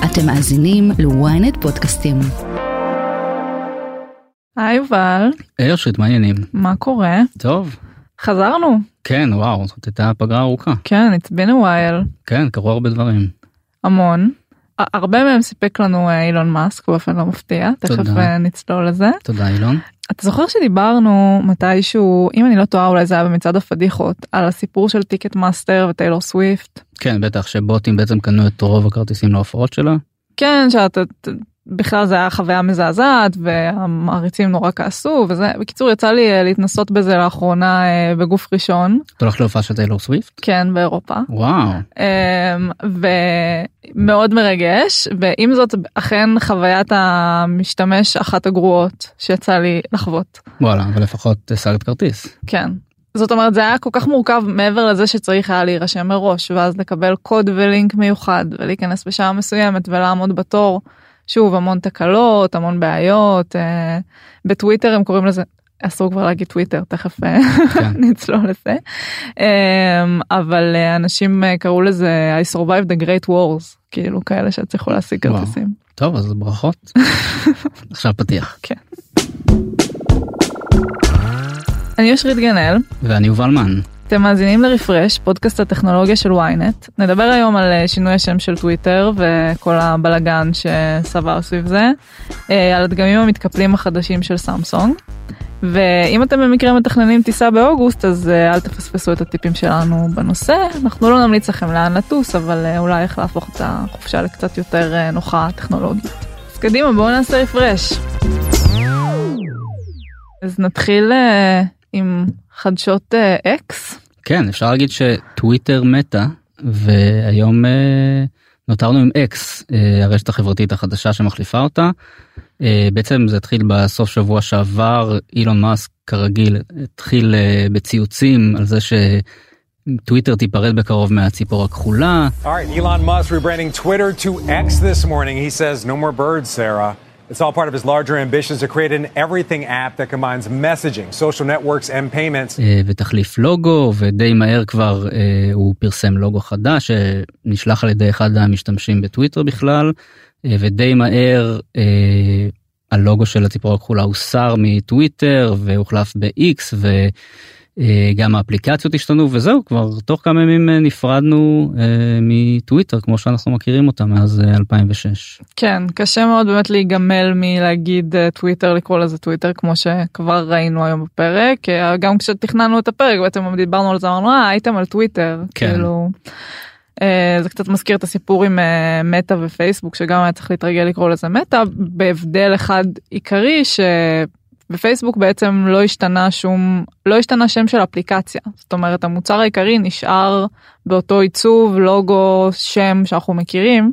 אתם מאזינים ל-ynet פודקאסטים. היי יובל. היי אושרית, מה העניינים? מה קורה? טוב. חזרנו. כן, וואו, זאת הייתה פגרה ארוכה. כן, it's been a while. כן, קרו הרבה דברים. המון. הרבה מהם סיפק לנו אילון מאסק, באופן לא מפתיע. תכף נצלול לזה. תודה אילון. אתה זוכר שדיברנו מתישהו, אם אני לא טועה אולי זה היה במצעד הפדיחות, על הסיפור של טיקט מאסטר וטיילור סוויפט? כן, בטח שבוטים בעצם קנו את רוב הכרטיסים להופעות שלה. כן, בכלל זה היה חוויה מזעזעת והמעריצים נורא כעסו וזה, בקיצור יצא לי להתנסות בזה לאחרונה בגוף ראשון. אתה הולך להופעה של טיילור סוויפט? כן, באירופה. וואו. ומאוד מרגש, ועם זאת אכן חוויית המשתמש אחת הגרועות שיצא לי לחוות. וואלה, אבל לפחות השגת כרטיס. כן. זאת אומרת זה היה כל כך מורכב מעבר לזה שצריך היה להירשם מראש, ואז לקבל קוד ולינק מיוחד ולהיכנס בשעה מסוימת ולעמוד בתור. שוב, המון תקלות, המון בעיות, בטוויטר הם קוראים לזה, אסור כבר להגיד טוויטר, תכף נצלול לזה, אבל אנשים קראו לזה I survived the great wars, כאילו כאלה שהצליחו להשיג כרטיסים. טוב, אז ברכות. עכשיו פתיח. כן. אני אושרית גנאל. ואני יובל מן. אתם מאזינים לרפרש, פודקאסט הטכנולוגיה של ynet. נדבר היום על שינוי השם של טוויטר וכל הבלגן שסבר סביב זה, על הדגמים המתקפלים החדשים של סמסונג, ואם אתם במקרה מתכננים טיסה באוגוסט, אז אל תפספסו את הטיפים שלנו בנושא. אנחנו לא נמליץ לכם לאן לטוס, אבל אולי איך להפוך את החופשה לקצת יותר נוחה טכנולוגית. אז קדימה, בואו נעשה רפרש. אז נתחיל עם חדשות אקס. כן, אפשר להגיד שטוויטר מתה, והיום נותרנו עם אקס, הרשת החברתית החדשה שמחליפה אותה. בעצם זה התחיל בסוף שבוע שעבר, אילון מאסק כרגיל התחיל בציוצים על זה שטוויטר תיפרד בקרוב מהציפור הכחולה. All right, Elon Musk rebranding Twitter to X this morning. He says no more birds, Sarah. It's all part of his larger ambitions to create an everything app that combines messaging, social networks and payments. ותחליף לוגו, ודי מהר כבר הוא פרסם לוגו חדש שנשלח על ידי אחד המשתמשים בטוויטר בכלל, ודי מהר הלוגו של הציפור הכחולה הוסר מטוויטר והוחלף ב-X, וגם האפליקציות השתנו, וזהו, כבר תוך כמה ימים נפרדנו מטוויטר, כמו שאנחנו מכירים אותה מאז 2006. כן, קשה מאוד באמת להיגמל מלהגיד טוויטר, לקרוא לזה טוויטר, כמו שכבר ראינו היום בפרק, גם כשתכננו את הפרק, בעצם דיברנו על זה, אמרנו, הייתם על טוויטר, כן. כאילו, זה קצת מזכיר את הסיפור עם מטה ופייסבוק, שגם היה צריך להתרגל לקרוא לזה מטה, בהבדל אחד עיקרי, בפייסבוק בעצם לא השתנה שם של אפליקציה. זאת אומרת, המוצר העיקרי נשאר באותו עיצוב, לוגו, שם שאנחנו מכירים,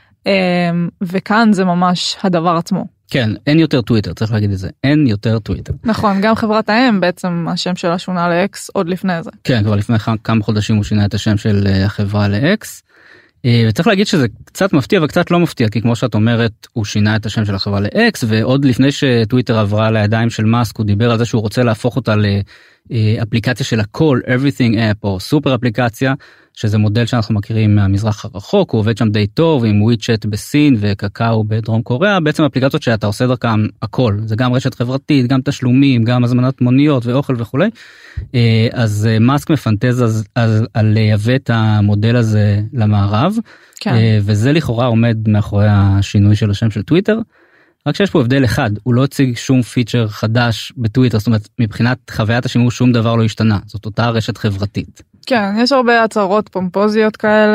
וכאן זה ממש הדבר עצמו. כן, אין יותר טוויטר, צריך להגיד את זה, אין יותר טוויטר. נכון, גם חברת האם בעצם השם שלה שונה לאקס עוד לפני זה. כן, כבר לפני כמה חודשים הוא שינה את השם של החברה לאקס, וצריך להגיד שזה קצת מפתיע וקצת לא מפתיע, כי כמו שאת אומרת, הוא שינה את השם של החברה לאקס, ועוד לפני שטוויטר עברה לידיים של מאסק, הוא דיבר על זה שהוא רוצה להפוך אותה לאפליקציה של הכל, everything app, או סופר אפליקציה, שזה מודל שאנחנו מכירים מהמזרח הרחוק, הוא עובד שם די טוב, עם וויצ'ט בסין וקקאו בדרום קוריאה, בעצם אפליקציות שאתה עושה דרכם הכל, זה גם רשת חברתית, גם תשלומים, גם הזמנת מוניות ואוכל וכולי, אז מאסק מפנטז על לייבא את המודל הזה למערב, כן. וזה לכאורה עומד מאחורי השינוי של השם של טוויטר, רק שיש פה הבדל אחד, הוא לא הציג שום פיצ'ר חדש בטוויטר, זאת אומרת, מבחינת חוויית השימוש שום דבר לא השתנה, זאת אותה רשת חברתית. כן, יש הרבה הצהרות פומפוזיות כאלה,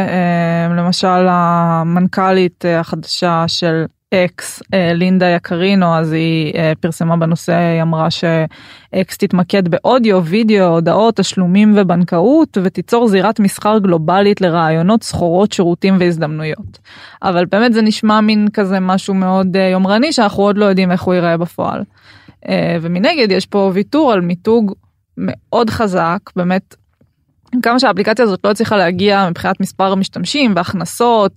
למשל המנכ"לית החדשה של אקס, לינדה יקרינו, אז היא פרסמה בנושא, היא אמרה שאקס תתמקד באודיו, וידאו, הודעות, תשלומים ובנקאות, ותיצור זירת מסחר גלובלית לרעיונות, סחורות, שירותים והזדמנויות. אבל באמת זה נשמע מין כזה משהו מאוד יומרני, שאנחנו עוד לא יודעים איך הוא ייראה בפועל. ומנגד יש פה ויתור על מיתוג מאוד חזק, באמת, כמה שהאפליקציה הזאת לא הצליחה להגיע מבחינת מספר המשתמשים והכנסות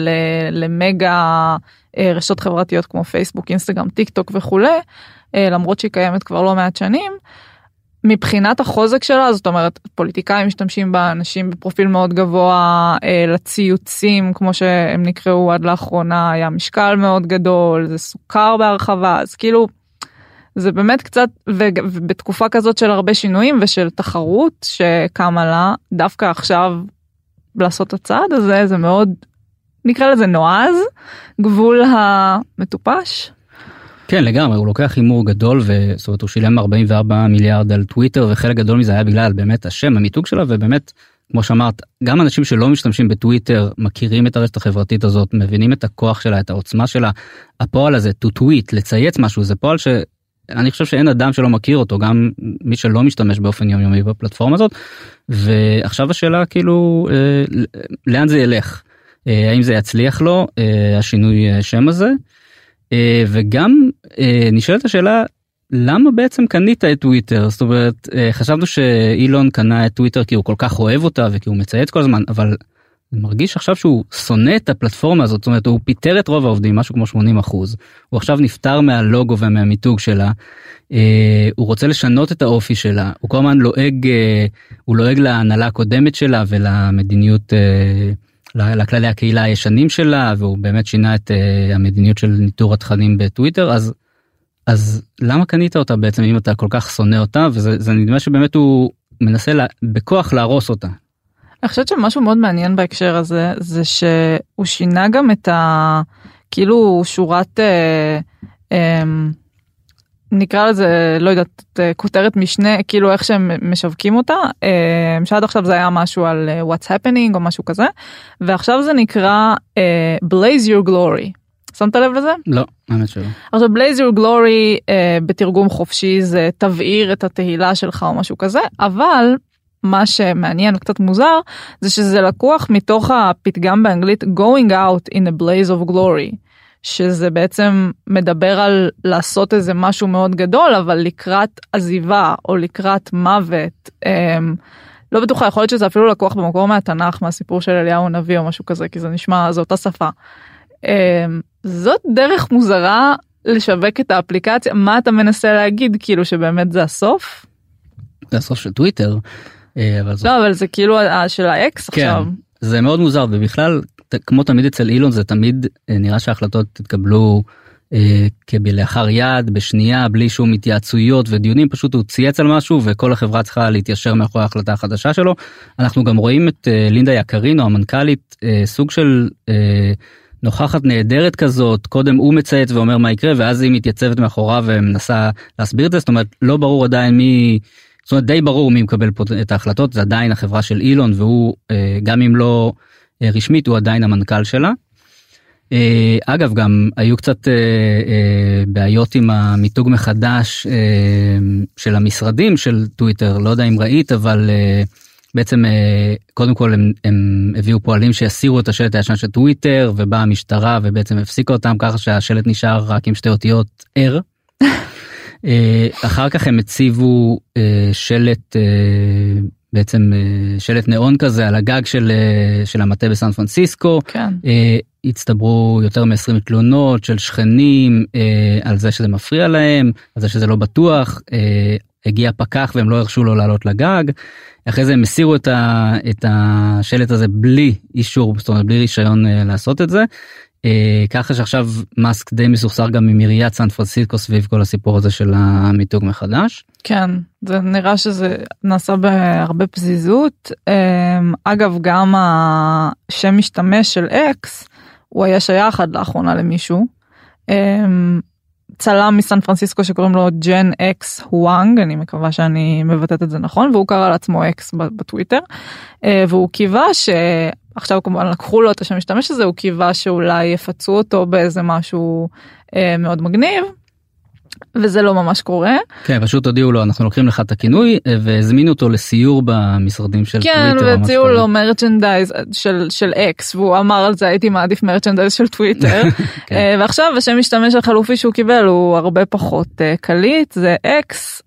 למגה רשתות חברתיות כמו פייסבוק, אינסטגרם, טיק טוק וכו', למרות שהיא קיימת כבר לא מעט שנים, מבחינת החוזק שלה, זאת אומרת, פוליטיקאים משתמשים בה, אנשים בפרופיל מאוד גבוה, לציוצים, כמו שהם נקראו עד לאחרונה, היה משקל מאוד גדול, זה סוכר בהרחבה, אז כאילו, זה באמת קצת, ובתקופה כזאת של הרבה שינויים ושל תחרות שקמה לה, דווקא עכשיו לעשות הצעד הזה, זה מאוד, נקרא לזה נועז, גבול המטופש. כן, לגמרי, הוא לוקח הימור גדול, וזאת אומרת, הוא שילם 44 מיליארד על טוויטר, וחלק גדול מזה היה בגלל באמת השם, המיתוג שלה, ובאמת, כמו שאמרת, גם אנשים שלא משתמשים בטוויטר, מכירים את הרשת החברתית הזאת, מבינים את הכוח שלה, את העוצמה שלה, הפועל הזה, to tweet, לצייץ משהו, זה פועל שאני חושב שאין אדם שלא מכיר אותו, גם מי שלא משתמש באופן יומיומי בפלטפורמה הזאת, ועכשיו השאלה כאילו, לאן זה ילך? האם זה יצליח לו, השינוי שם הזה? וגם נשאלת השאלה, למה בעצם קנית את טוויטר? זאת אומרת, חשבנו שאילון קנה את טוויטר כי הוא כל כך אוהב אותה וכי הוא מצייץ כל הזמן, אבל אני מרגיש עכשיו שהוא שונא את הפלטפורמה הזאת, זאת אומרת, הוא פיטר את רוב העובדים, משהו כמו 80%. הוא עכשיו נפטר מהלוגו ומהמיתוג שלה, הוא רוצה לשנות את האופי שלה, הוא כל הזמן לועג להנהלה הקודמת שלה ולמדיניות, לכללי הקהילה הישנים שלה, והוא באמת שינה את המדיניות של ניטור התכנים בטוויטר, אז למה קנית אותה בעצם אם אתה כל כך שונא אותה, וזה נדמה שבאמת הוא מנסה בכוח להרוס אותה. אני חושבת שמשהו מאוד מעניין בהקשר הזה, זה שהוא שינה גם את כאילו שורת, נקרא לזה, לא יודעת, כותרת משנה, כאילו איך שהם משווקים אותה, שעד עכשיו זה היה משהו על what's happening או משהו כזה, ועכשיו זה נקרא blaze your glory. שמת לב לזה? לא, האמת שלא. עכשיו blaze your glory בתרגום חופשי זה תבעיר את התהילה שלך או משהו כזה, אבל מה שמעניין וקצת מוזר, זה שזה לקוח מתוך הפתגם באנגלית going out in a blaze of glory, שזה בעצם מדבר על לעשות איזה משהו מאוד גדול, אבל לקראת עזיבה או לקראת מוות, לא בטוחה, יכול להיות שזה אפילו לקוח במקור מהתנ"ך, מהסיפור של אליהו הנביא או משהו כזה, כי זה נשמע, זו אותה שפה. זאת דרך מוזרה לשווק את האפליקציה, מה אתה מנסה להגיד, כאילו שבאמת זה הסוף? זה הסוף של טוויטר. לא, אבל זה כאילו של האקס עכשיו. זה מאוד מוזר, ובכלל, כמו תמיד אצל אילון, זה תמיד נראה שההחלטות תתקבלו כבלאחר יד, בשנייה, בלי שום התייעצויות ודיונים, פשוט הוא צייץ על משהו, וכל החברה צריכה להתיישר מאחורי ההחלטה החדשה שלו. אנחנו גם רואים את לינדה יקרינו, המנכ"לית, סוג של נוכחת נהדרת כזאת, קודם הוא מצייץ ואומר מה יקרה, ואז היא מתייצבת מאחורה ומנסה להסביר את זה, זאת אומרת, לא ברור עדיין מי, זאת אומרת, די ברור מי מקבל פה את ההחלטות, זה עדיין החברה של אילון, והוא, גם אם לא רשמית, הוא עדיין המנכ"ל שלה. אגב, גם היו קצת בעיות עם המיתוג מחדש של המשרדים של טוויטר, לא יודע אם ראית, אבל בעצם קודם כל הם הביאו פועלים שיסירו את השלט הישן של טוויטר, ובאה המשטרה ובעצם הפסיקה אותם ככה שהשלט נשאר רק עם שתי אותיות R. אחר כך הם הציבו שלט, בעצם שלט נאון כזה על הגג של המטה בסן פרנסיסקו. כן. הצטברו יותר מ-20 תלונות של שכנים על זה שזה מפריע להם, על זה שזה לא בטוח, הגיע פקח והם לא הרשו לו לעלות לגג, אחרי זה הם הסירו את השלט הזה בלי אישור, זאת אומרת בלי רישיון לעשות את זה, ככה שעכשיו מאסק די מסוכסר גם עם עיריית סן פרנסיסקו סביב כל הסיפור הזה של המיתוג מחדש. כן, זה נראה שזה נעשה בהרבה פזיזות. אגב, גם השם משתמש של אקס, הוא היה שייך עד לאחרונה למישהו. צלם מסן פרנסיסקו שקוראים לו ג'ן אקס הואנג, אני מקווה שאני מבטאת את זה נכון, והוא קרא לעצמו אקס בטוויטר, והוא קיווה עכשיו כמובן לקחו לו את השם משתמש הזה, הוא קיווה שאולי יפצו אותו באיזה משהו מאוד מגניב, וזה לא ממש קורה. כן, פשוט הודיעו לו, אנחנו לוקחים לך את הכינוי, והזמינו אותו לסיור במשרדים של טוויטר. כן, והציעו לו מרצ'נדייז של אקס, והוא אמר על זה, הייתי מעדיף מרצ'נדייז של טוויטר. ועכשיו השם משתמש החלופי שהוא קיבל, הוא הרבה פחות קליט, זה אקס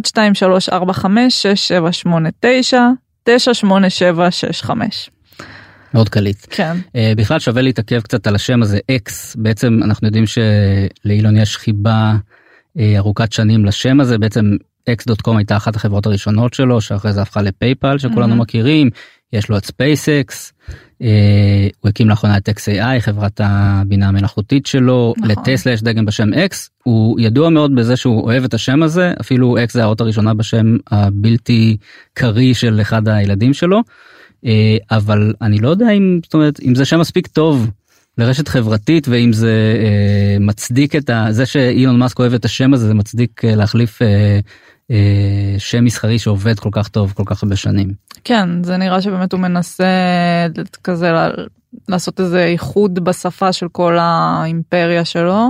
1234567899875. מאוד קליט. כן. בכלל שווה להתעכב קצת על השם הזה, אקס, בעצם אנחנו יודעים שלאילון יש חיבה ארוכת שנים לשם הזה, בעצם X.com הייתה אחת החברות הראשונות שלו, שאחרי זה הפכה לפייפל שכולנו מכירים, יש לו את SpaceX, הוא הקים לאחרונה את XAI, חברת הבינה המלאכותית שלו, לטסלה יש דגם בשם X, הוא ידוע מאוד בזה שהוא אוהב את השם הזה, אפילו X זה האות הראשונה בשם הבלתי קרי של אחד הילדים שלו, אבל אני לא יודע אם זה שם מספיק טוב לרשת חברתית, ואם זה מצדיק זה שאילון מאסק אוהב את השם הזה, זה מצדיק להחליף שם מסחרי שעובד כל כך טוב כל כך הרבה שנים. כן, זה נראה שבאמת הוא מנסה כזה לעשות איזה איחוד בשפה של כל האימפריה שלו.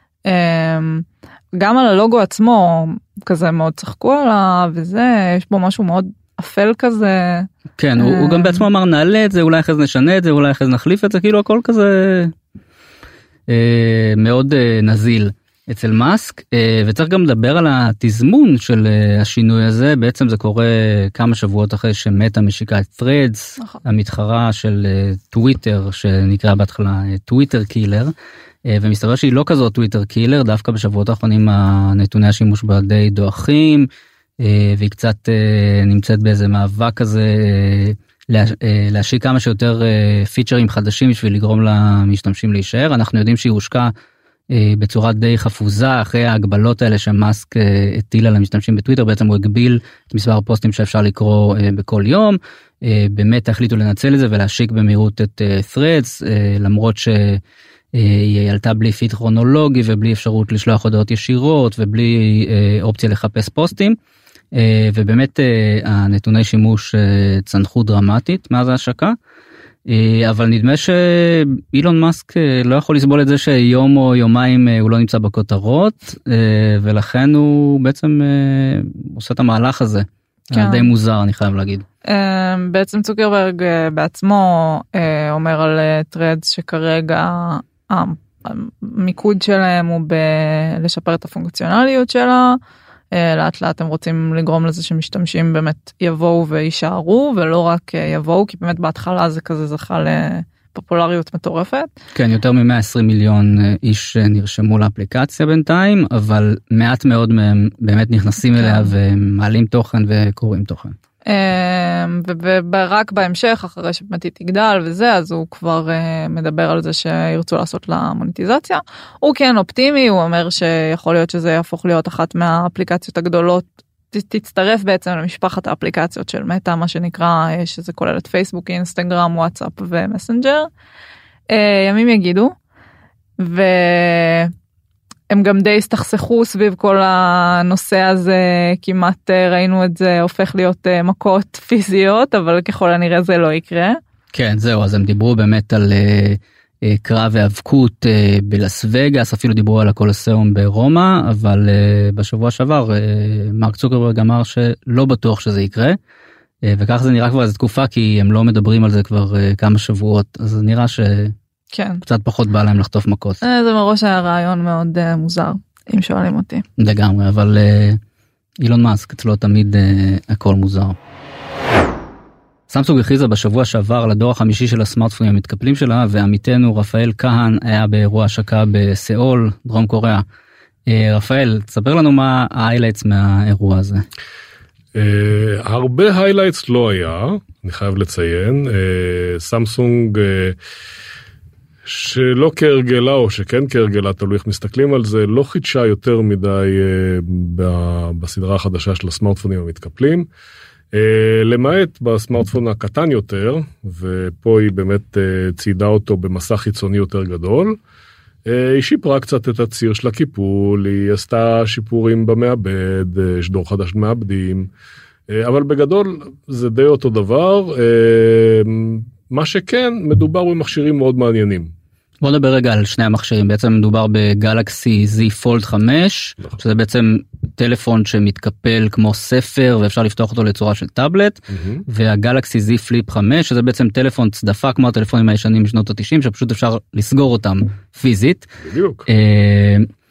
גם על הלוגו עצמו כזה מאוד צחקו עליו וזה, יש בו משהו מאוד אפל כזה. כן, הוא גם בעצמו אמר נעלה את זה, אולי אחרי זה נשנה את זה, אולי אחרי זה נחליף את זה, כאילו הכל כזה מאוד נזיל אצל מאסק, וצריך גם לדבר על התזמון של השינוי הזה, בעצם זה קורה כמה שבועות אחרי שמטה משיקה את Threads, המתחרה של טוויטר, שנקרא בהתחלה טוויטר קילר, ומסתבר שהיא לא כזאת טוויטר קילר, דווקא בשבועות האחרונים הנתוני השימוש בה די דועכים, והיא קצת נמצאת באיזה מאבק כזה, להשיק כמה שיותר פיצ'רים חדשים בשביל לגרום למשתמשים להישאר. אנחנו יודעים שהיא הושקה בצורה די חפוזה אחרי ההגבלות האלה שמאסק הטיל על המשתמשים בטוויטר, בעצם הוא הגביל את מספר הפוסטים שאפשר לקרוא בכל יום, באמת החליטו לנצל את זה ולהשיק במהירות את Threads, למרות שהיא עלתה בלי פיד כרונולוגי ובלי אפשרות לשלוח הודעות ישירות ובלי אופציה לחפש פוסטים, ובאמת הנתוני שימוש צנחו דרמטית מאז ההשקה, אבל נדמה שאילון מאסק לא יכול לסבול את זה שיום או יומיים הוא לא נמצא בכותרות, ולכן הוא בעצם עושה את המהלך הזה. כן. די מוזר, אני חייב להגיד. בעצם צוקרברג בעצמו אומר על Threads שכרגע המיקוד שלהם הוא לשפר את הפונקציונליות שלה, לאט לאט הם רוצים לגרום לזה שמשתמשים באמת יבואו וישארו, ולא רק יבואו, כי באמת בהתחלה זה כזה זכה לפופולריות מטורפת. כן, יותר מ-120 מיליון איש נרשמו לאפליקציה בינתיים, אבל מעט מאוד מהם באמת נכנסים אליה ומעלים תוכן וקוראים תוכן. ורק בהמשך, אחרי שבאמת היא תגדל וזה, אז הוא כבר מדבר על זה שירצו לעשות לה מוניטיזציה. הוא כן אופטימי, הוא אומר שיכול להיות שזה יהפוך להיות אחת מהאפליקציות הגדולות, תצטרף בעצם למשפחת האפליקציות של מטה, מה שנקרא, שזה כולל את פייסבוק, אינסטגרם, וואטסאפ ומסנג'ר. ימים יגידו, הם גם די הסתכסכו סביב כל הנושא הזה, כמעט ראינו את זה הופך להיות מכות פיזיות, אבל ככל הנראה זה לא יקרה. כן, זהו, אז הם דיברו באמת על קרב והאבקות בלס וגאס, אפילו דיברו על הקולוסיאום ברומא, אבל בשבוע שעבר מרק צוקרברג אמר שלא בטוח שזה יקרה, וכך זה נראה כבר איזו תקופה, כי הם לא מדברים על זה כבר כמה שבועות, אז נראה ש... כן. קצת פחות בא להם לחטוף מכות. זה מראש היה רעיון מאוד מוזר, אם שואלים אותי. לגמרי, אבל אילון מאסק אצלו תמיד הכל מוזר. סמסונג הכריזה בשבוע שעבר על הדור החמישי של הסמארטפונים המתקפלים שלה, ועמיתנו רפאל כהן היה באירוע השקה בסיאול, דרום קוריאה. רפאל, תספר לנו מה ההיילייטס מהאירוע הזה. הרבה היילייטס לא היה, אני חייב לציין. סמסונג... שלא כהרגלה או שכן כהרגלה, תלוי איך מסתכלים על זה, לא חידשה יותר מדי בסדרה החדשה של הסמארטפונים המתקפלים, למעט בסמארטפון הקטן יותר, ופה היא באמת ציידה אותו במסך חיצוני יותר גדול, היא שיפרה קצת את הציר של הקיפול, היא עשתה שיפורים במעבד, יש דור חדש מעבדים, אבל בגדול זה די אותו דבר, מה שכן, מדובר במכשירים מאוד מעניינים. בוא נדבר רגע על שני המכשירים, בעצם מדובר בגלקסי Z Fold 5, שזה בעצם טלפון שמתקפל כמו ספר ואפשר לפתוח אותו לצורה של טאבלט, והגלקסי Z Flip 5, שזה בעצם טלפון צדפה כמו הטלפונים הישנים משנות ה-90, שפשוט אפשר לסגור אותם פיזית. בדיוק.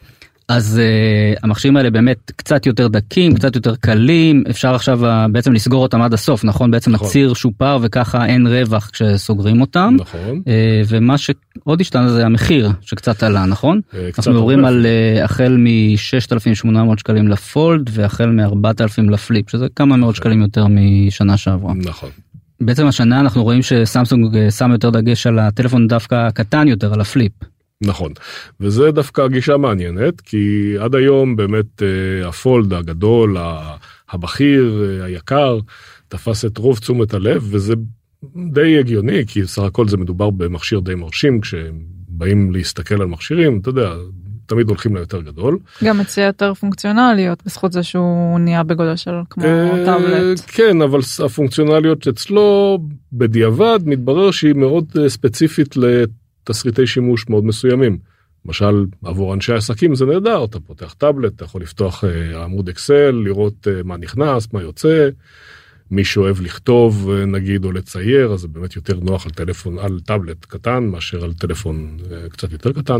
אז המכשירים האלה באמת קצת יותר דקים, קצת יותר קלים, אפשר עכשיו בעצם לסגור אותם עד הסוף, נכון? בעצם הציר שופר וככה אין רווח כשסוגרים אותם. נכון. ומה שעוד השתנה זה המחיר שקצת עלה, נכון? אנחנו מדברים על החל מ-6,800 שקלים לפולד והחל מ-4,000 לפליפ, שזה כמה מאות שקלים יותר משנה שעברה. נכון. בעצם השנה אנחנו רואים שסמסונג שם יותר דגש על הטלפון דווקא הקטן יותר, על הפליפ. נכון, וזה דווקא גישה מעניינת, כי עד היום באמת הפולד הגדול, הבכיר, היקר, תפס את רוב תשומת הלב, וזה די הגיוני, כי סך הכל זה מדובר במכשיר די מרשים, כשבאים להסתכל על מכשירים, אתה יודע, תמיד הולכים ליותר גדול. גם מציע יותר פונקציונליות, בזכות זה שהוא נהיה בגודל של כמו טאבלט. כן, אבל הפונקציונליות אצלו בדיעבד מתברר שהיא מאוד ספציפית לתסריטי שימוש מאוד מסוימים. למשל, עבור אנשי עסקים זה נהדר, אתה פותח טאבלט, אתה יכול לפתוח עמוד אקסל, לראות מה נכנס, מה יוצא. מי שאוהב לכתוב, נגיד, או לצייר, אז זה באמת יותר נוח על טלפון, על טאבלט קטן, מאשר על טלפון קצת יותר קטן.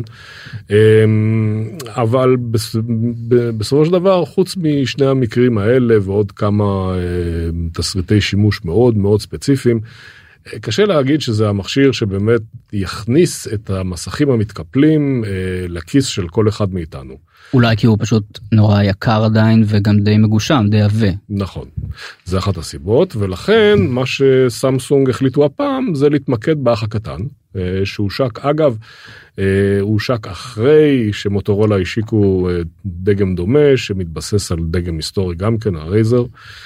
אבל בסופו של דבר, חוץ משני המקרים האלה, ועוד כמה תסריטי שימוש מאוד מאוד ספציפיים, קשה להגיד שזה המכשיר שבאמת יכניס את המסכים המתקפלים לכיס של כל אחד מאיתנו. אולי כי הוא פשוט נורא יקר עדיין וגם די מגושם, די עבה. נכון, זה אחת הסיבות, ולכן מה שסמסונג החליטו הפעם זה להתמקד באח הקטן, שהושק, אגב, הושק אחרי שמוטורולה השיקו דגם דומה, שמתבסס על דגם היסטורי גם כן, הרייזר.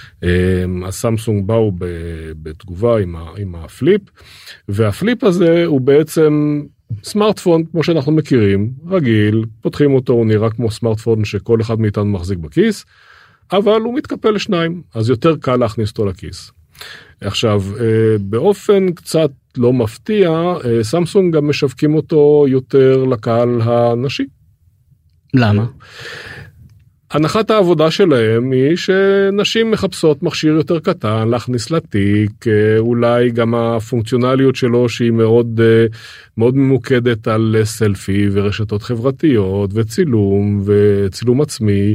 הסמסונג באו בתגובה עם הפליפ, והפליפ הזה הוא בעצם סמארטפון, כמו שאנחנו מכירים, רגיל, פותחים אותו, הוא נראה כמו סמארטפון שכל אחד מאיתנו מחזיק בכיס, אבל הוא מתקפל לשניים, אז יותר קל להכניס אותו לכיס. עכשיו, באופן קצת לא מפתיע, סמסונג גם משווקים אותו יותר לקהל הנשי. למה? הנחת העבודה שלהם היא שנשים מחפשות מכשיר יותר קטן, להכניס לתיק, אולי גם הפונקציונליות שלו שהיא מאוד, מאוד ממוקדת על סלפי ורשתות חברתיות וצילום עצמי.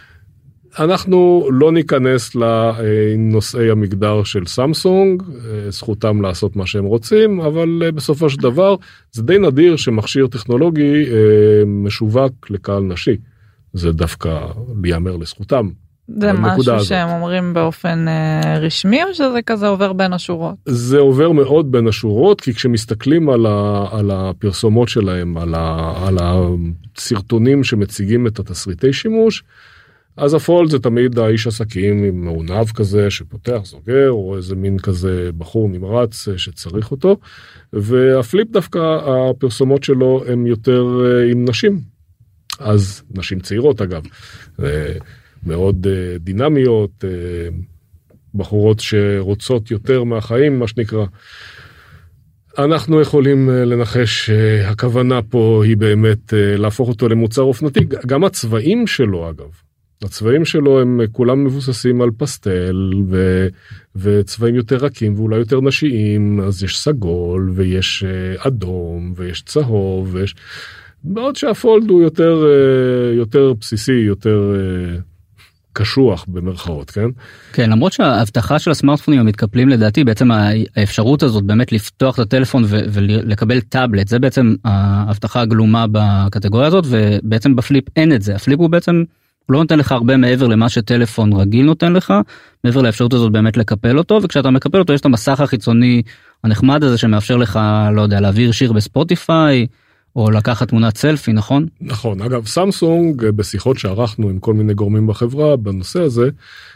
אנחנו לא ניכנס לנושאי המגדר של סמסונג, זכותם לעשות מה שהם רוצים, אבל בסופו של דבר זה די נדיר שמכשיר טכנולוגי משווק לקהל נשי. זה דווקא להיאמר לזכותם. זה משהו שהם אומרים באופן רשמי, או שזה כזה עובר בין השורות? זה עובר מאוד בין השורות, כי כשמסתכלים על הפרסומות שלהם, על הסרטונים שמציגים את התסריטי שימוש, אז הפולד זה תמיד האיש עסקים עם מעונב כזה שפותח, סוגר, או איזה מין כזה בחור נמרץ שצריך אותו, והפליפ דווקא הפרסומות שלו הם יותר עם נשים. אז נשים צעירות אגב, מאוד דינמיות, בחורות שרוצות יותר מהחיים, מה שנקרא. אנחנו יכולים לנחש שהכוונה פה היא באמת להפוך אותו למוצר אופנתי, גם הצבעים שלו אגב. הצבעים שלו הם כולם מבוססים על פסטל וצבעים יותר רכים ואולי יותר נשיים, אז יש סגול ויש אדום ויש צהוב ויש... בעוד שהפולד הוא יותר בסיסי, יותר קשוח במרכאות, כן? כן, למרות שההבטחה של הסמארטפונים המתקפלים לדעתי, בעצם האפשרות הזאת באמת לפתוח את הטלפון ולקבל טאבלט, זה בעצם ההבטחה הגלומה בקטגוריה הזאת, ובעצם בפליפ אין את זה. הפליפ הוא בעצם, הוא לא נותן לך הרבה מעבר למה שטלפון רגיל נותן לך, מעבר לאפשרות הזאת באמת לקפל אותו, וכשאתה מקפל אותו יש את המסך החיצוני הנחמד הזה שמאפשר לך, לא יודע, להעביר שיר בספוטיפיי, או לקחת תמונת סלפי, נכון? נכון. אגב, סמסונג, בשיחות שערכנו עם כל מיני גורמים בחברה בנושא הזה,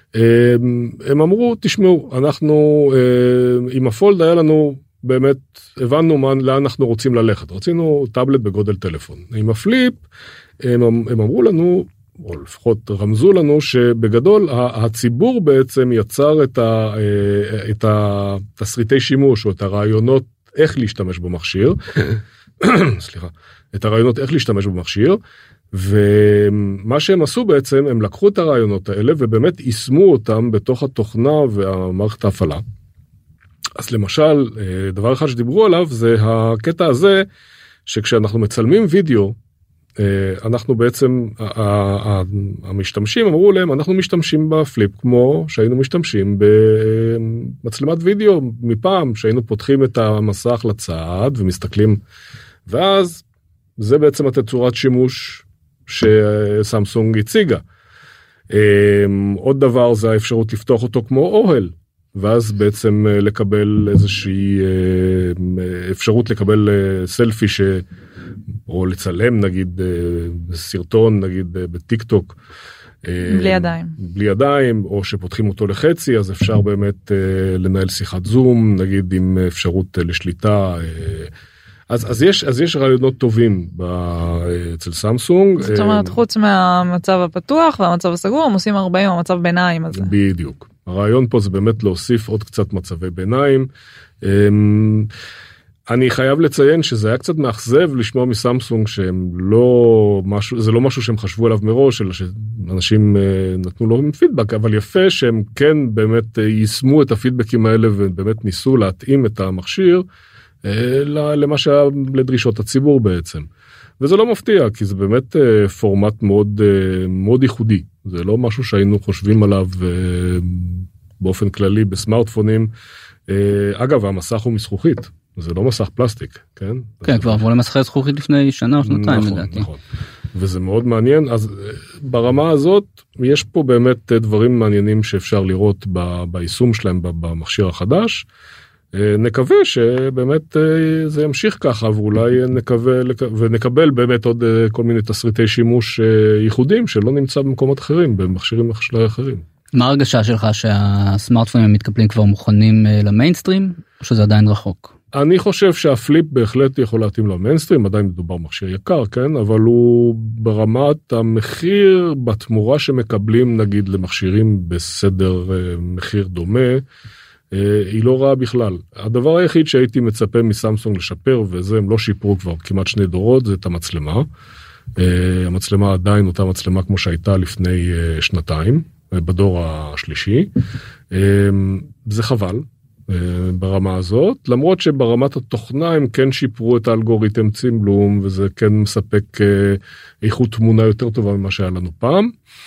הם אמרו, תשמעו, אנחנו, עם הפולד היה לנו, באמת, הבנו לאן אנחנו רוצים ללכת. רצינו טאבלט בגודל טלפון. עם הפליפ, הם אמרו לנו, או לפחות רמזו לנו, שבגדול הציבור בעצם יצר את התסריטי שימוש, או את הרעיונות איך להשתמש במכשיר, סליחה, את הרעיונות איך להשתמש במכשיר, ומה שהם עשו בעצם, הם לקחו את הרעיונות האלה, ובאמת יישמו אותם בתוך התוכנה והמערכת ההפעלה. אז למשל, דבר אחד שדיברו עליו, זה הקטע הזה, שכשאנחנו מצלמים וידאו, אנחנו בעצם, המשתמשים אמרו להם, אנחנו משתמשים בפליפ כמו שהיינו משתמשים במצלמת וידאו מפעם, שהיינו פותחים את המסך לצד ומסתכלים, ואז זה בעצם התצורת שימוש שסמסונג הציגה. עוד דבר זה האפשרות לפתוח אותו כמו אוהל, ואז בעצם לקבל איזושהי אפשרות לקבל סלפי או לצלם נגיד סרטון נגיד בטיק טוק. בלי ידיים. בלי ידיים, או שפותחים אותו לחצי, אז אפשר באמת לנהל שיחת זום, נגיד עם אפשרות לשליטה. אז יש רעיונות טובים אצל סמסונג. זאת אומרת, חוץ מהמצב הפתוח והמצב הסגור, הם עושים 40 המצב ביניים הזה. בדיוק. הרעיון פה זה באמת להוסיף עוד קצת מצבי ביניים. אני חייב לציין שזה היה קצת מאכזב לשמוע מסמסונג שהם לא משהו, זה לא משהו שהם חשבו עליו מראש, אלא שאנשים נתנו לו פידבק, אבל יפה שהם כן באמת יישמו את הפידבקים האלה ובאמת ניסו להתאים את המכשיר למה שהיה לדרישות הציבור בעצם. וזה לא מפתיע, כי זה באמת פורמט מאוד, מאוד ייחודי. זה לא משהו שהיינו חושבים עליו באופן כללי בסמארטפונים. אגב, המסך הוא מזכוכית. זה לא מסך פלסטיק, כן? כן, כבר עברו למסכי זכוכית לפני שנה או שנתיים, לדעתי. נכון. וזה מאוד מעניין. אז ברמה הזאת, יש פה באמת דברים מעניינים שאפשר לראות ביישום שלהם במכשיר החדש. נקווה שבאמת זה ימשיך ככה, ואולי ונקבל באמת עוד כל מיני תסריטי שימוש ייחודיים שלא נמצא במקומות אחרים, במכשירים אחרים. מה הרגשה שלך שהסמארטפונים המתקפלים כבר מוכנים למיינסטרים, או שזה עדיין רחוק? אני חושב שהפליפ בהחלט יכול להתאים למיינסטרים, עדיין מדובר מכשיר יקר, כן? אבל הוא ברמת המחיר, בתמורה שמקבלים נגיד למכשירים בסדר מחיר דומה, היא לא רעה בכלל. הדבר היחיד שהייתי מצפה מסמסונג לשפר, וזה הם לא שיפרו כבר כמעט 2 דורות, זה את המצלמה. המצלמה עדיין אותה מצלמה כמו שהייתה לפני 2, בדור השלישי. זה חבל ברמה הזאת, למרות שברמת התוכנה הם כן שיפרו את האלגוריתם צימבלום, וזה כן מספק איכות תמונה יותר טובה ממה שהיה לנו פעם.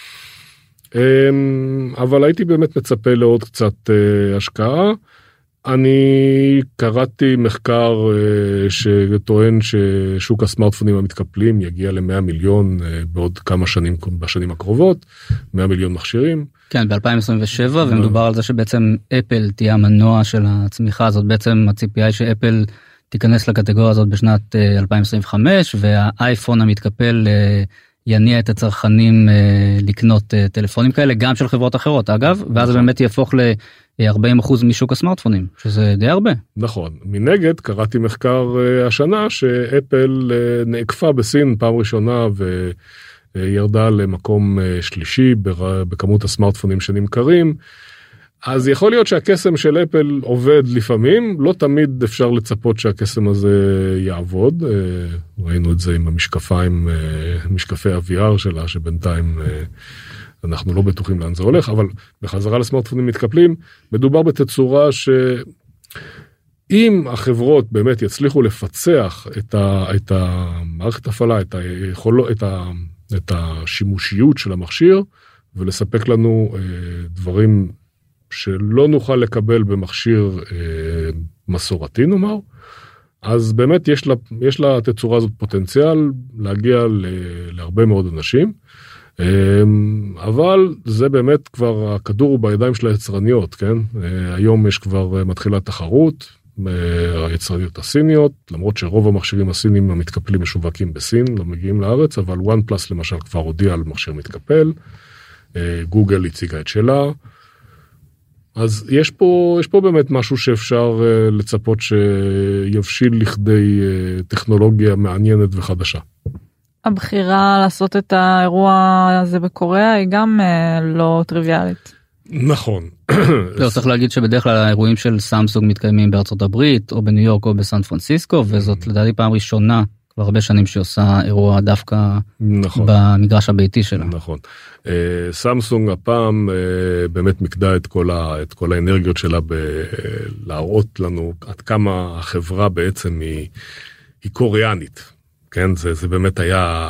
אבל הייתי באמת מצפה לעוד קצת השקעה. אני קראתי מחקר שטוען ששוק הסמארטפונים המתקפלים יגיע ל100 מיליון בעוד כמה שנים, בשנים הקרובות, 100 מיליון מכשירים. כן, ב-2027, ומדובר על זה שבעצם אפל תהיה המנוע של הצמיחה הזאת, בעצם הציפייה היא שאפל תיכנס לקטגוריה הזאת בשנת 2025, והאייפון המתקפל יניע את הצרכנים לקנות טלפונים כאלה, גם של חברות אחרות, אגב, ואז זה באמת יהפוך ל-40% משוק הסמארטפונים, שזה די הרבה. נכון. מנגד, קראתי מחקר השנה, שאפל נעקפה בסין פעם ראשונה, וירדה למקום שלישי בכמות הסמארטפונים שנמכרים, אז יכול להיות שהקסם של אפל עובד לפעמים, לא תמיד אפשר לצפות שהקסם הזה יעבוד, ראינו את זה עם המשקפיים, משקפי ה-VR שלה, שבינתיים אנחנו לא בטוחים לאן זה הולך, אבל בחזרה לסמארטפונים מתקפלים, מדובר בתצורה שאם החברות באמת יצליחו לפצח את המערכת הפעלה, את השימושיות של המכשיר, ולספק לנו דברים שלא נוכל לקבל במכשיר מסורתי נאמר, אז באמת יש לה תצורה הזאת פוטנציאל להגיע להרבה מאוד אנשים, אבל זה באמת כבר הכדור הוא בידיים של היצרניות, כן? היום יש כבר מתחילה תחרות, היצרניות הסיניות, למרות שרוב המכשירים הסינים המתקפלים משווקים בסין, לא מגיעים לארץ, אבל OnePlus למשל כבר הודיע על מכשיר מתקפל, גוגל הציגה את שלה, אז יש פה באמת משהו שאפשר לצפות שיבשיל לכדי טכנולוגיה מעניינת וחדשה. הבחירה לעשות את האירוע הזה בקוריאה היא גם לא טריוויאלית. נכון. לא, צריך להגיד שבדרך כלל האירועים של סמסונג מתקיימים בארצות הברית או בניו יורק או בסן פרנסיסקו, וזאת לדעתי פעם ראשונה כבר הרבה שנים שעושה אירוע דווקא נכון. במגרש הביתי שלה. נכון. סמסונג הפעם באמת מקדה את כל האנרגיות שלה להראות לנו עד כמה החברה בעצם היא קוריאנית. כן, זה באמת היה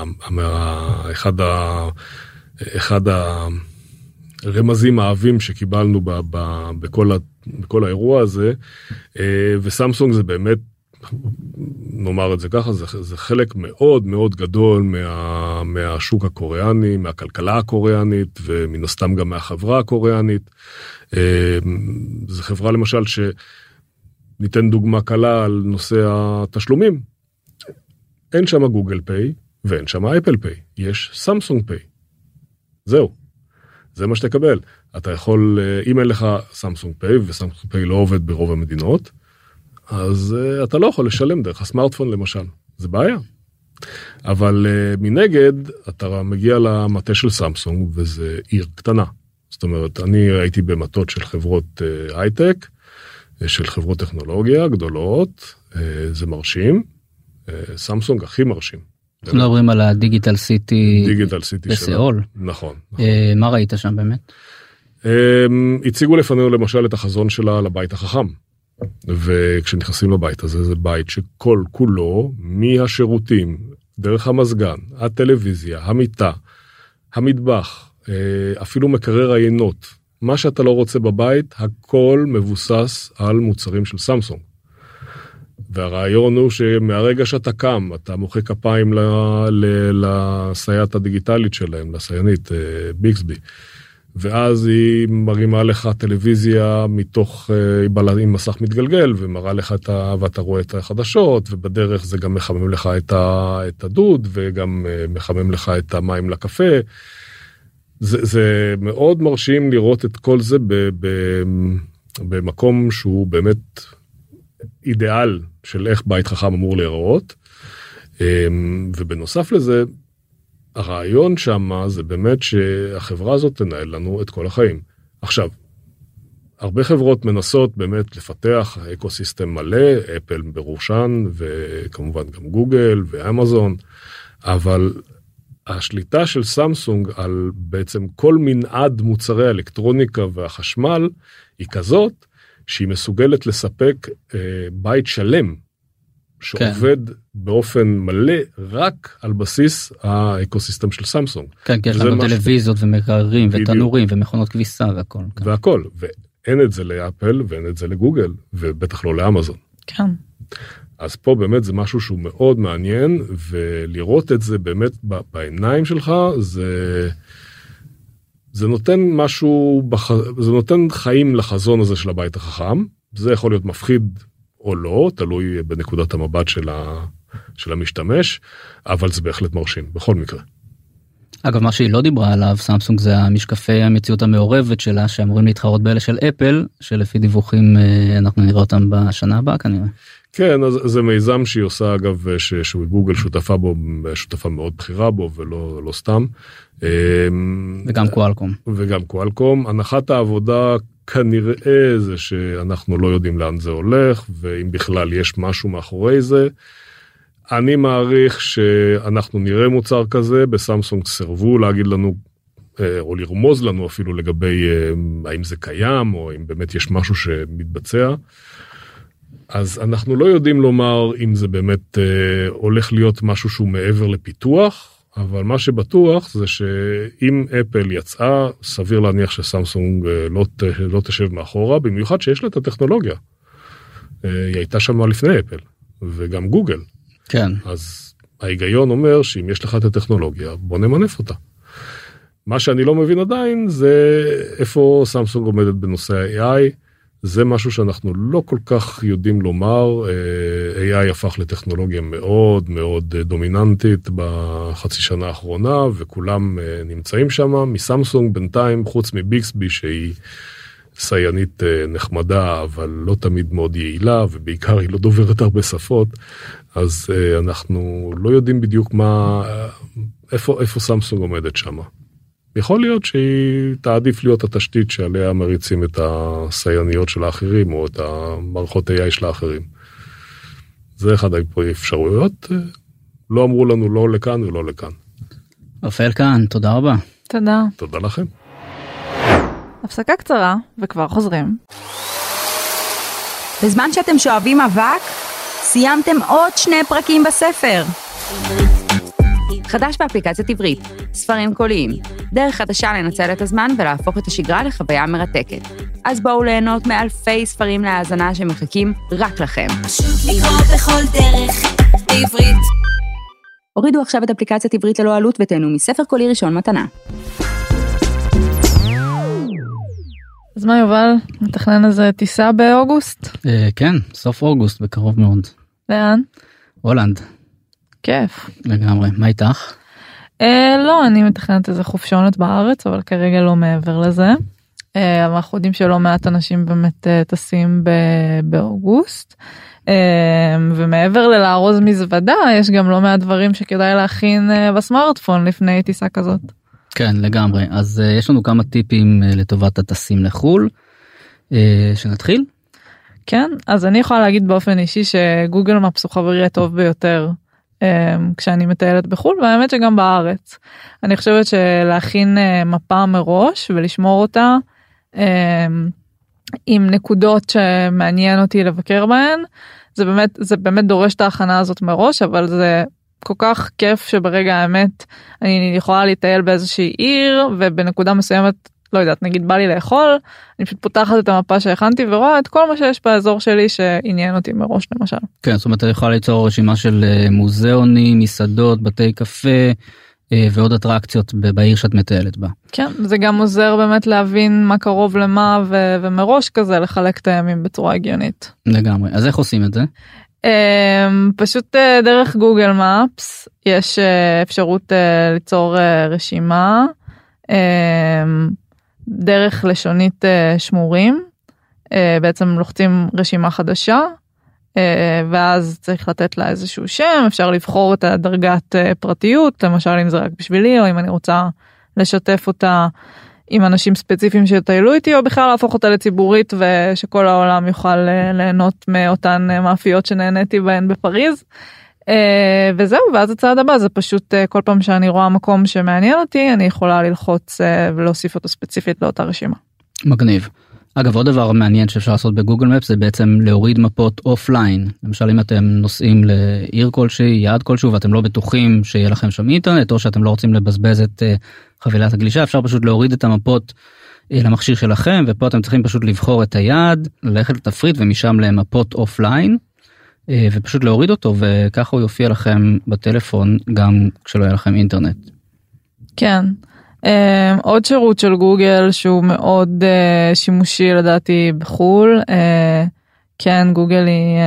אחד הרמזים האהבים שקיבלנו בכל האירוע הזה, וסמסונג זה באמת, נאמר את זה ככה, זה חלק מאוד מאוד גדול מהשוק הקוריאני, מהכלכלה הקוריאנית, ומן הסתם גם מהחברה הקוריאנית. זו חברה למשל שניתן דוגמה קלה על נושא התשלומים. אין שם גוגל פיי ואין שם אפל פיי, יש סמסונג פיי. זהו, זה מה שתקבל. אתה יכול, אם אין לך סמסונג פיי, וסמסונג פיי לא עובד ברוב המדינות, אז אתה לא יכול לשלם דרך הסמארטפון למשל, זה בעיה. אבל מנגד, אתה מגיע למטה של סמסונג, וזה עיר קטנה. זאת אומרת, אני הייתי במטות של חברות הייטק, של חברות טכנולוגיה גדולות, זה מרשים, סמסונג הכי מרשים. אנחנו מדברים על הדיגיטל סיטי בסיאול. נכון. מה ראית שם באמת? הציגו לפנינו למשל את החזון שלה לבית החכם. וכשנכנסים לבית הזה, זה בית שכל כולו, מהשירותים, דרך המזגן, הטלוויזיה, המיטה, המטבח, אפילו מקרר העיינות, מה שאתה לא רוצה בבית, הכל מבוסס על מוצרים של סמסונג. והרעיון הוא שמהרגע שאתה קם, אתה מוחא כפיים לסייעת הדיגיטלית שלהם, לסיינית, ביקסבי, ואז היא מרימה לך טלוויזיה מתוך, עם מסך מתגלגל, ומראה לך ואתה רואה את החדשות, ובדרך זה גם מחמם לך את הדוד, וגם מחמם לך את המים לקפה. זה מאוד מרשים לראות את כל זה במקום שהוא באמת אידיאל של איך בית חכם אמור להיראות. ובנוסף לזה, הרעיון שם זה באמת שהחברה הזאת תנהל לנו את כל החיים. עכשיו, הרבה חברות מנסות באמת לפתח אקוסיסטם מלא, אפל בראשן, וכמובן גם גוגל ואמזון, אבל השליטה של סמסונג על בעצם כל מנעד מוצרי האלקטרוניקה והחשמל, היא כזאת שהיא מסוגלת לספק בית שלם, שעובד באופן מלא רק על בסיס האקוסיסטם של סמסונג. כן, כי יש לנו טלוויזיות ומקררים ותנורים ומכונות כביסה והכל. והכל, ואין את זה לאפל ואין את זה לגוגל, ובטח לא לאמזון. כן. אז פה באמת זה משהו שהוא מאוד מעניין, ולראות את זה באמת בעיניים שלך, זה נותן משהו, זה נותן חיים לחזון הזה של הבית החכם, זה יכול להיות מפחיד או לא, תלוי בנקודת המבט של המשתמש, אבל זה בהחלט מרשים, בכל מקרה. אגב, מה שהיא לא דיברה עליו, סמסונג, זה המשקפי המציאות המעורבת שלה, שאמורים להתחרות באלה של אפל, שלפי דיווחים אנחנו נראה אותם בשנה הבאה כנראה. כן, אז זה מיזם שהיא עושה, אגב, שגוגל שותפה בו, שותפה מאוד בחירה בו, ולא סתם. וגם קואלקום. וגם קואלקום. הנחת העבודה כנראה זה שאנחנו לא יודעים לאן זה הולך, ואם בכלל יש משהו מאחורי זה. אני מעריך שאנחנו נראה מוצר כזה, בסמסונג סרבו להגיד לנו, או לרמוז לנו אפילו לגבי האם זה קיים, או אם באמת יש משהו שמתבצע. אז אנחנו לא יודעים לומר אם זה באמת הולך להיות משהו שהוא מעבר לפיתוח, אבל מה שבטוח זה שאם אפל יצאה, סביר להניח שסמסונג לא תשב מאחורה, במיוחד שיש לה את הטכנולוגיה. היא הייתה שם לפני אפל, וגם גוגל. כן. אז ההיגיון אומר שאם יש לך את הטכנולוגיה, בוא נמנף אותה. מה שאני לא מבין עדיין זה איפה סמסונג עומדת בנושא ה-AI, זה משהו שאנחנו לא כל כך יודעים לומר, AI הפך לטכנולוגיה מאוד מאוד דומיננטית בחצי שנה האחרונה, וכולם נמצאים שם, מסמסונג בינתיים, חוץ מביקסבי שהיא סיינית נחמדה, אבל לא תמיד מאוד יעילה, ובעיקר היא לא דוברת הרבה שפות, אז אנחנו לא יודעים בדיוק איפה סמסונג עומדת שם. יכול להיות שהיא תעדיף להיות התשתית שעליה מריצים את הסייניות של האחרים, או את המערכות AI של האחרים. זה אחד האפשרויות. לא אמרו לנו לא לכאן ולא לכאן. רפאל כאן, תודה רבה. תודה. תודה לכם. הפסקה קצרה, וכבר חוזרים. בזמן שאתם שואבים אבק, סיימתם עוד 2 פרקים בספר. חדש באפליקציית עברית, ספרים קוליים, דרך חדשה לנצל את הזמן ולהפוך את השגרה לחוויה מרתקת. אז בואו ליהנות מאלפי ספרים להאזנה שמחכים רק לכם. לקרוא בכל דרך, בעברית. הורידו עכשיו את אפליקציית עברית ללא עלות ותהנו מספר קולי ראשון מתנה. אז מה יובל, מתכנן איזה טיסה באוגוסט? כן, סוף אוגוסט בקרוב מאוד. לאן? הולנד. כיף. לגמרי, מה איתך? לא, אני מתכננת איזה חופשונת בארץ, אבל כרגע לא מעבר לזה. אבל אנחנו יודעים שלא מעט אנשים באמת טסים באוגוסט. ומעבר ללארוז מזוודה, יש גם לא מעט דברים שכדאי להכין בסמארטפון לפני טיסה כזאת. כן, לגמרי. אז יש לנו כמה טיפים לטובת הטסים לחול. שנתחיל? כן, אז אני יכולה להגיד באופן אישי שגוגל מפס הוא חברי הטוב ביותר כשאני מטיילת בחול, והאמת שגם בארץ. אני חושבת שלהכין מפה מראש ולשמור אותה עם נקודות שמעניין אותי לבקר בהן, זה באמת דורש את ההכנה הזאת מראש, אבל זה כל כך כיף שברגע האמת אני יכולה להתייל באיזושהי עיר, ובנקודה מסוימת, לא יודעת, נגיד בא לי לאכול, אני פשוט פותחת את המפה שהכנתי ורואה את כל מה שיש באזור שלי שעניין אותי מראש למשל. כן, זאת אומרת, אני יכולה ליצור רשימה של מוזיאונים, מסעדות, בתי קפה, ועוד אטרקציות בעיר שאת מטיילת בה. כן, זה גם עוזר באמת להבין מה קרוב למה, ומראש כזה לחלק את הימים בצורה הגיונית. לגמרי, אז איך עושים את זה? פשוט דרך גוגל מפס, יש אפשרות ליצור רשימה, דרך לשונית שמורים, בעצם לוחצים רשימה חדשה, ואז צריך לתת לה איזשהו שם, אפשר לבחור את הדרגת פרטיות, למשל אם זה רק בשבילי, או אם אני רוצה לשתף אותה עם אנשים ספציפיים שיטיילו איתי, או בכלל להפוך אותה לציבורית, ושכל העולם יוכל ליהנות מאותן מאפיות שנהניתי בהן בפריז. וזהו, ואז הצעד הבא זה פשוט כל פעם שאני רואה מקום שמעניין אותי, אני יכולה ללחוץ ולהוסיף אותו ספציפית לאותה רשימה. מגניב. אגב, עוד דבר מעניין שאפשר לעשות בגוגל מפס זה בעצם להוריד מפות אופליין. למשל, אם אתם נוסעים לעיר כלשהי, יעד כלשהו, ואתם לא בטוחים שיהיה לכם שם אינטרנט, או שאתם לא רוצים לבזבז את חבילת הגלישה, אפשר פשוט להוריד את המפות למכשיר שלכם, ופה אתם צריכים פשוט לבחור את היעד, ללכת לתפריט ומשם למפות אופליין, ופשוט להוריד אותו, וככה הוא יופיע לכם בטלפון גם כשלא יהיה לכם אינטרנט. כן. עוד שירות של גוגל שהוא מאוד שימושי לדעתי בחול, כן, גוגל היא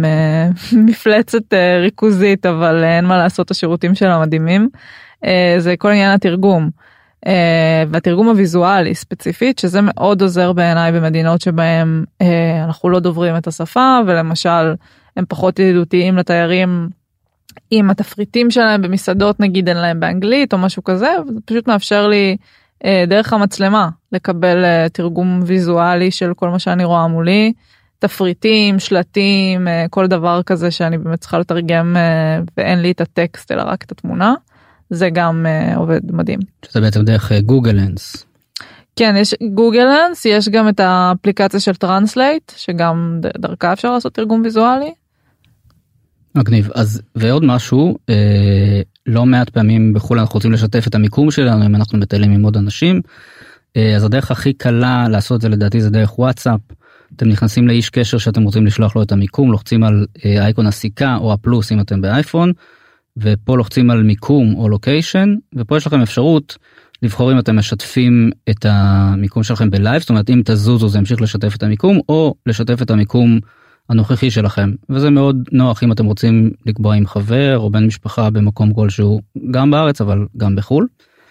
מפלצת ריכוזית, אבל אין מה לעשות, השירותים שלה מדהימים, זה כל עניין התרגום, והתרגום הוויזואלי ספציפית, שזה מאוד עוזר בעיניי במדינות שבהם אנחנו לא דוברים את השפה, ולמשל הם פחות ידידותיים לתיירים, עם התפריטים שלהם במסעדות נגיד אין להם באנגלית או משהו כזה, זה פשוט מאפשר לי דרך המצלמה לקבל תרגום ויזואלי של כל מה שאני רואה מולי, תפריטים, שלטים, כל דבר כזה שאני באמת צריכה לתרגם ואין לי את הטקסט אלא רק את התמונה, זה גם עובד מדהים. שזה בעצם דרך גוגל לנס. כן, יש גוגל לנס, יש גם את האפליקציה של טרנסלייט, שגם דרכה אפשר לעשות תרגום ויזואלי. מגניב. אז ועוד משהו, לא מעט פעמים בחו"ל אנחנו רוצים לשתף את המיקום שלנו אם אנחנו מטיילים עם עוד אנשים, אז הדרך הכי קלה לעשות זה לדעתי זה דרך וואטסאפ. אתם נכנסים לאיש קשר שאתם רוצים לשלוח לו את המיקום, לוחצים על אייקון הסיכה או הפלוס אם אתם באייפון, ופה לוחצים על מיקום או לוקיישן, ופה יש לכם אפשרות לבחור אם אתם משתפים את המיקום שלכם בלייב, זאת אומרת אם תזוזו זה ימשיך לשתף את המיקום, או לשתף את המיקום הנוכחי שלכם, וזה מאוד נוח אם אתם רוצים לקבוע עם חבר או בן משפחה במקום כלשהו, גם בארץ אבל גם בחול.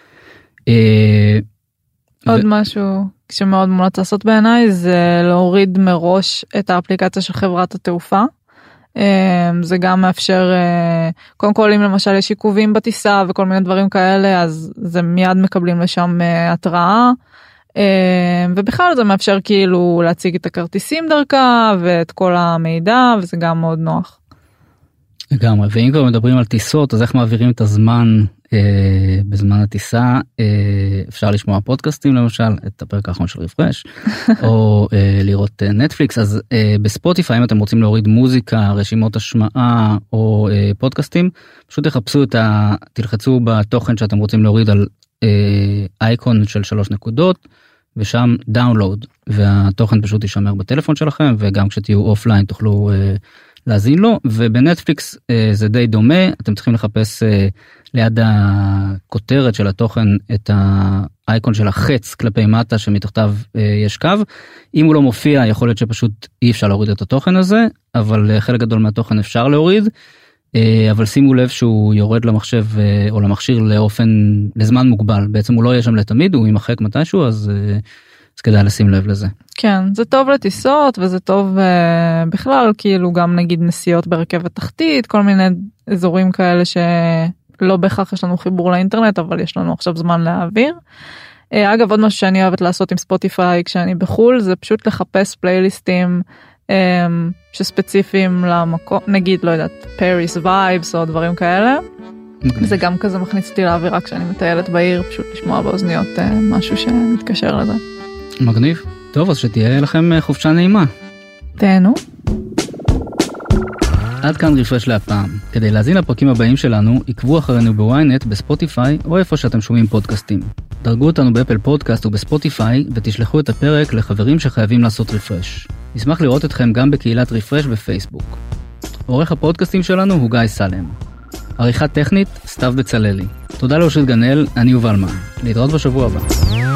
עוד משהו שמאוד מומלץ לעשות בעיניי, זה להוריד מראש את האפליקציה של חברת התעופה. זה גם מאפשר, קודם כל אם למשל יש עיכובים בטיסה וכל מיני דברים כאלה, אז זה מיד מקבלים לשם התראה. ובכלל זה מאפשר כאילו להציג את הכרטיסים דרכה ואת כל המידע, וזה גם מאוד נוח. לגמרי, ואם כבר מדברים על טיסות, אז איך מעבירים את הזמן בזמן הטיסה אפשר לשמוע פודקאסטים למשל, את הפרק האחרון של רפרש, או לראות נטפליקס. אז בספוטיפיי אם אתם רוצים להוריד מוזיקה, רשימות השמעה או פודקאסטים, פשוט תלחצו בתוכן שאתם רוצים להוריד על אייקון של 3 נקודות, ושם דאונלוד, והתוכן פשוט יישמר בטלפון שלכם, וגם כשתהיו אופליין תוכלו להזין לו. ובנטפליקס זה די דומה, אתם צריכים לחפש ליד הכותרת של התוכן את האייקון של החץ כלפי מטה שמתחתיו יש קו. אם הוא לא מופיע יכול להיות שפשוט אי אפשר להוריד את התוכן הזה, אבל חלק גדול מהתוכן אפשר להוריד. אבל שימו לב שהוא יורד למחשב או למכשיר לזמן מוגבל, בעצם הוא לא יהיה שם לתמיד, הוא יימחק מתישהו, אז כדאי לשים לב לזה. כן, זה טוב לטיסות וזה טוב בכלל, כאילו גם נגיד נסיעות ברכבת תחתית, כל מיני אזורים כאלה שלא בהכרח יש לנו חיבור לאינטרנט, אבל יש לנו עכשיו זמן להעביר. אגב, עוד משהו שאני אוהבת לעשות עם ספוטיפיי כשאני בחול, זה פשוט לחפש פלייליסטים שספציפיים למקום, נגיד, לא יודעת, פריס וייבס או דברים כאלה. זה גם כזה מכניס אותי לאווירה כשאני מטיילת בעיר, פשוט לשמוע באוזניות משהו שמתקשר לזה. מגניב. טוב, אז שתהיה לכם חופשה נעימה. תהנו. עד כאן רפרש להפעם. כדי להזין לפרקים הבאים שלנו, עקבו אחרינו בוויינט, בספוטיפיי או איפה שאתם שומעים פודקאסטים. דרגו אותנו באפל פודקאסט ובספוטיפיי ותשלחו את הפרק לחברים שחייבים לעשות רפרש. נשמח לראות אתכם גם בקהילת רפרש בפייסבוק. עורך הפודקאסטים שלנו הוא גיא סלם. עריכה טכנית, סתיו בצללי. תודה לאושרית גנאל, אני יובל מן. להתראות בשבוע הבא.